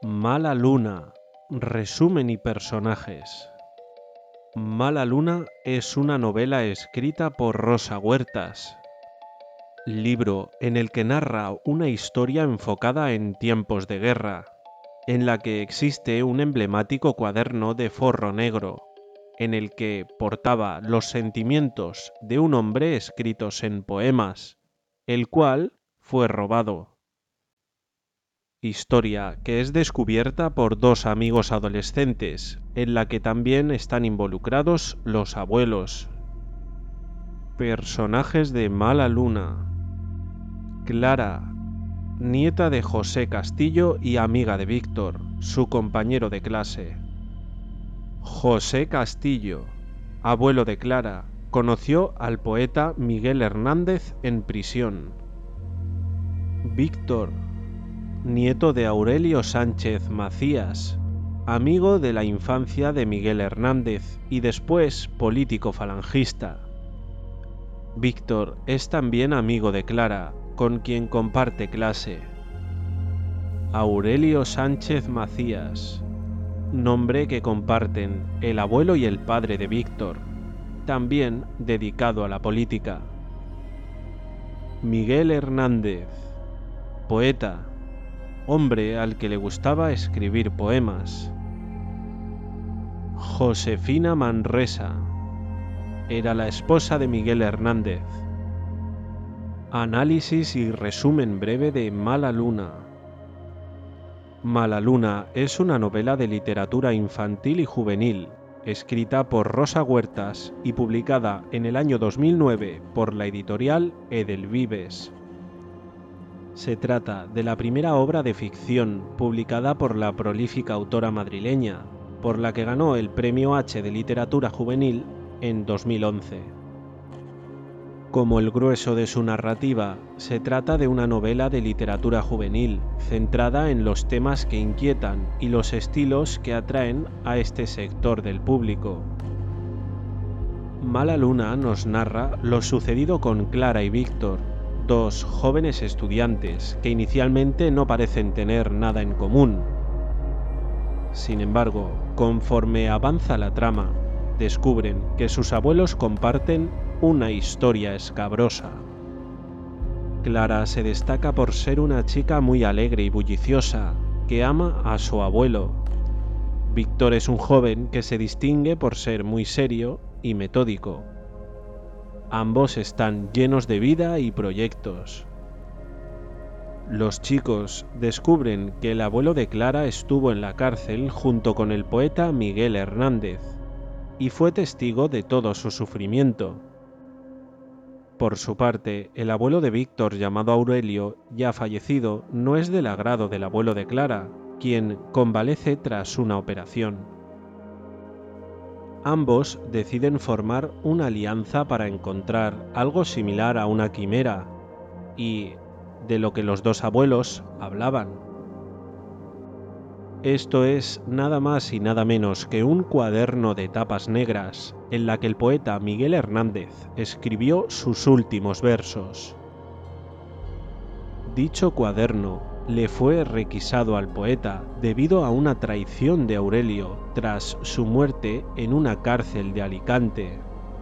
Mala Luna. Resumen y personajes. Mala Luna es una novela escrita por Rosa Huertas, libro en el que narra una historia enfocada en tiempos de guerra, en la que existe un emblemático cuaderno de forro negro, en el que portaba los sentimientos de un hombre escritos en poemas, el cual fue robado. Historia que es descubierta por dos amigos adolescentes, en la que también están involucrados los abuelos. Personajes de Mala Luna. Clara, nieta de José Castillo y amiga de Víctor, su compañero de clase. José Castillo, abuelo de Clara, conoció al poeta Miguel Hernández en prisión. Víctor, nieto de Aurelio Sánchez Macías, amigo de la infancia de Miguel Hernández y después político falangista. Víctor es también amigo de Clara, con quien comparte clase. Aurelio Sánchez Macías, nombre que comparten el abuelo y el padre de Víctor, también dedicado a la política. Miguel Hernández, poeta, hombre al que le gustaba escribir poemas. Josefina Manresa era la esposa de Miguel Hernández. Análisis y resumen breve de Mala Luna. Mala Luna es una novela de literatura infantil y juvenil, escrita por Rosa Huertas y publicada en el año 2009 por la editorial Edelvives. Se trata de la primera obra de ficción publicada por la prolífica autora madrileña, por la que ganó el Premio H de Literatura Juvenil en 2011. Como el grueso de su narrativa, se trata de una novela de literatura juvenil, centrada en los temas que inquietan y los estilos que atraen a este sector del público. Mala Luna nos narra lo sucedido con Clara y Víctor, dos jóvenes estudiantes que inicialmente no parecen tener nada en común. Sin embargo, conforme avanza la trama, descubren que sus abuelos comparten una historia escabrosa. Clara se destaca por ser una chica muy alegre y bulliciosa, que ama a su abuelo. Víctor es un joven que se distingue por ser muy serio y metódico. Ambos están llenos de vida y proyectos. Los chicos descubren que el abuelo de Clara estuvo en la cárcel junto con el poeta Miguel Hernández y fue testigo de todo su sufrimiento. Por su parte, el abuelo de Víctor, llamado Aurelio, ya fallecido, no es del agrado del abuelo de Clara, quien convalece tras una operación. Ambos deciden formar una alianza para encontrar algo similar a una quimera, y de lo que los dos abuelos hablaban. Esto es nada más y nada menos que un cuaderno de tapas negras en la que el poeta Miguel Hernández escribió sus últimos versos. Dicho cuaderno le fue requisado al poeta debido a una traición de Aurelio tras su muerte en una cárcel de Alicante.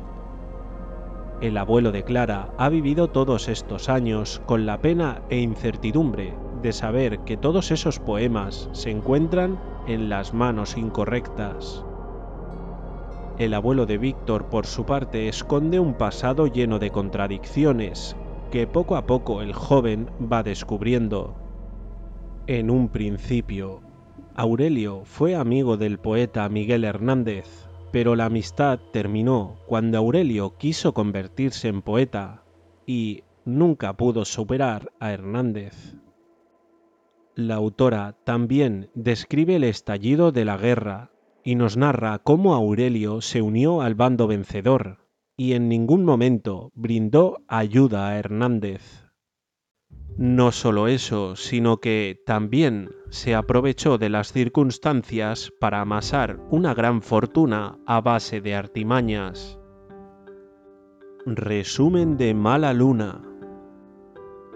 El abuelo de Clara ha vivido todos estos años con la pena e incertidumbre de saber que todos esos poemas se encuentran en las manos incorrectas. El abuelo de Víctor, por su parte, esconde un pasado lleno de contradicciones que poco a poco el joven va descubriendo. En un principio, Aurelio fue amigo del poeta Miguel Hernández, pero la amistad terminó cuando Aurelio quiso convertirse en poeta y nunca pudo superar a Hernández. La autora también describe el estallido de la guerra y nos narra cómo Aurelio se unió al bando vencedor y en ningún momento brindó ayuda a Hernández. No solo eso, sino que también se aprovechó de las circunstancias para amasar una gran fortuna a base de artimañas. Resumen de Mala Luna.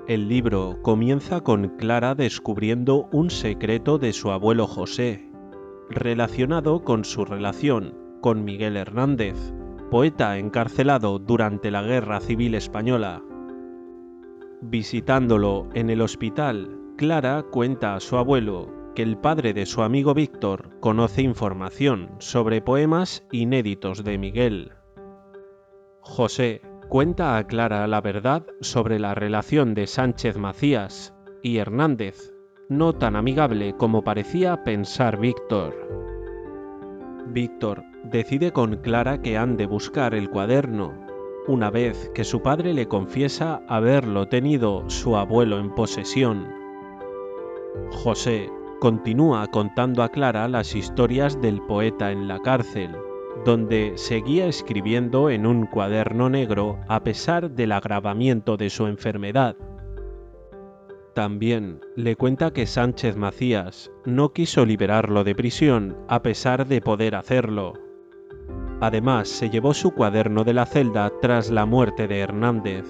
El libro comienza con Clara descubriendo un secreto de su abuelo José, relacionado con su relación con Miguel Hernández, poeta encarcelado durante la Guerra Civil Española. Visitándolo en el hospital, Clara cuenta a su abuelo que el padre de su amigo Víctor conoce información sobre poemas inéditos de Miguel. José cuenta a Clara la verdad sobre la relación de Sánchez Macías y Hernández, no tan amigable como parecía pensar Víctor. Víctor decide con Clara que han de buscar el cuaderno, una vez que su padre le confiesa haberlo tenido su abuelo en posesión. José continúa contando a Clara las historias del poeta en la cárcel, donde seguía escribiendo en un cuaderno negro a pesar del agravamiento de su enfermedad. También le cuenta que Sánchez Macías no quiso liberarlo de prisión a pesar de poder hacerlo. Además, se llevó su cuaderno de la celda tras la muerte de Hernández.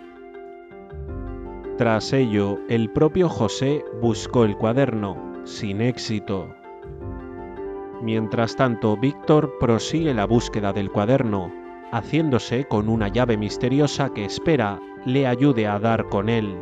Tras ello, el propio José buscó el cuaderno, sin éxito. Mientras tanto, Víctor prosigue la búsqueda del cuaderno, haciéndose con una llave misteriosa que espera le ayude a dar con él.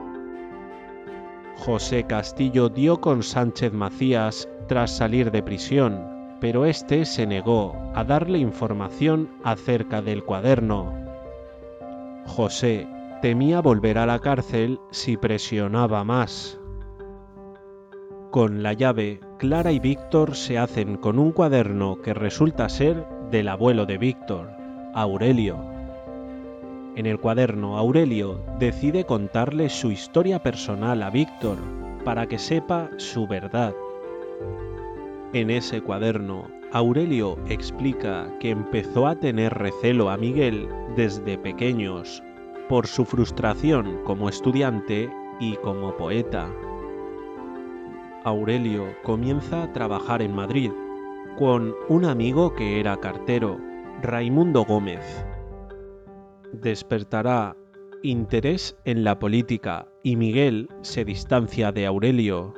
José Castillo dio con Sánchez Macías tras salir de prisión, pero este se negó a darle información acerca del cuaderno. José temía volver a la cárcel si presionaba más. Con la llave, Clara y Víctor se hacen con un cuaderno que resulta ser del abuelo de Víctor, Aurelio. En el cuaderno, Aurelio decide contarle su historia personal a Víctor para que sepa su verdad. En ese cuaderno, Aurelio explica que empezó a tener recelo a Miguel desde pequeños, por su frustración como estudiante y como poeta. Aurelio comienza a trabajar en Madrid con un amigo que era cartero, Raimundo Gómez. Despertará interés en la política y Miguel se distancia de Aurelio.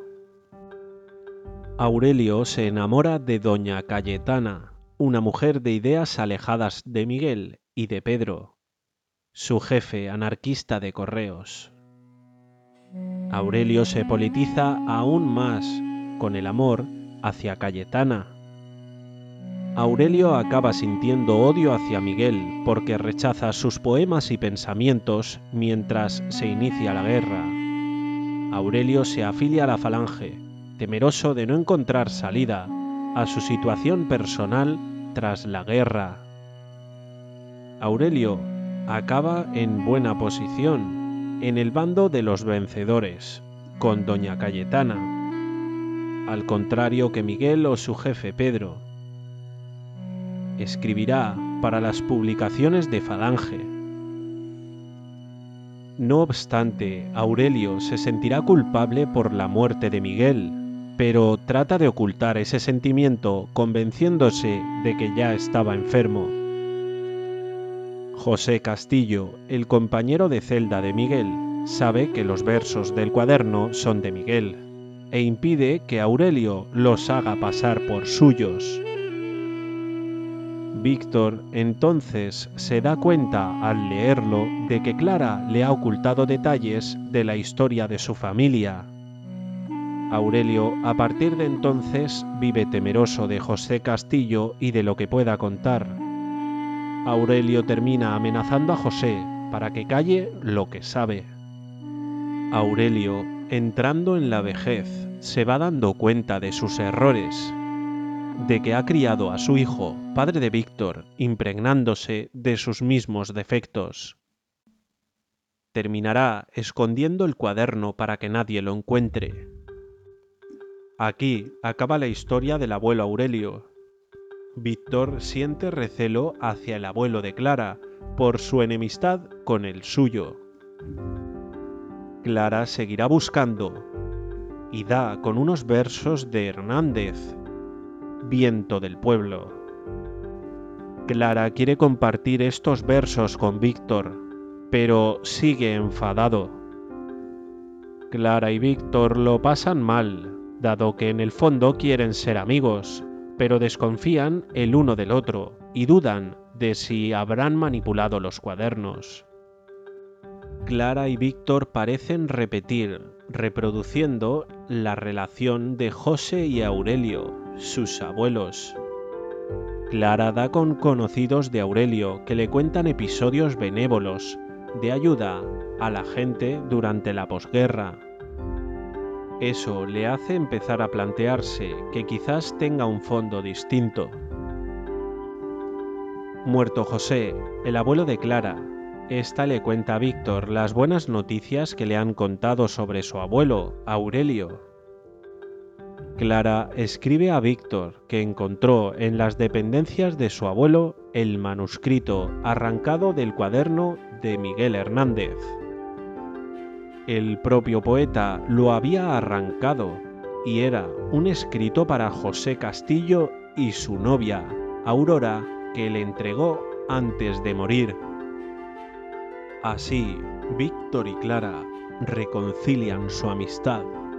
Aurelio se enamora de doña Cayetana, una mujer de ideas alejadas de Miguel y de Pedro, su jefe anarquista de correos. Aurelio se politiza aún más con el amor hacia Cayetana. Aurelio acaba sintiendo odio hacia Miguel porque rechaza sus poemas y pensamientos mientras se inicia la guerra. Aurelio se afilia a la Falange, temeroso de no encontrar salida a su situación personal tras la guerra. Aurelio acaba en buena posición en el bando de los vencedores, con doña Cayetana, al contrario que Miguel o su jefe Pedro. Escribirá para las publicaciones de Falange. No obstante, Aurelio se sentirá culpable por la muerte de Miguel, pero trata de ocultar ese sentimiento convenciéndose de que ya estaba enfermo. José Castillo, el compañero de celda de Miguel, sabe que los versos del cuaderno son de Miguel e impide que Aurelio los haga pasar por suyos. Víctor entonces se da cuenta al leerlo de que Clara le ha ocultado detalles de la historia de su familia. Aurelio a partir de entonces vive temeroso de José Castillo y de lo que pueda contar. Aurelio termina amenazando a José para que calle lo que sabe. Aurelio, entrando en la vejez, se va dando cuenta de sus errores, de que ha criado a su hijo, padre de Víctor, impregnándose de sus mismos defectos. Terminará escondiendo el cuaderno para que nadie lo encuentre. Aquí acaba la historia del abuelo Aurelio. Víctor siente recelo hacia el abuelo de Clara por su enemistad con el suyo. Clara seguirá buscando y da con unos versos de Hernández, Viento del pueblo. Clara quiere compartir estos versos con Víctor, pero sigue enfadado. Clara y Víctor lo pasan mal, dado que en el fondo quieren ser amigos, pero desconfían el uno del otro y dudan de si habrán manipulado los cuadernos. Clara y Víctor parecen repetir, reproduciendo la relación de José y Aurelio, sus abuelos. Clara da con conocidos de Aurelio que le cuentan episodios benévolos, de ayuda a la gente durante la posguerra. Eso le hace empezar a plantearse que quizás tenga un fondo distinto. Muerto José, el abuelo de Clara, esta le cuenta a Víctor las buenas noticias que le han contado sobre su abuelo, Aurelio. Clara escribe a Víctor que encontró en las dependencias de su abuelo el manuscrito arrancado del cuaderno de Miguel Hernández. El propio poeta lo había arrancado y era un escrito para José Castillo y su novia, Aurora, que le entregó antes de morir. Así, Víctor y Clara reconcilian su amistad.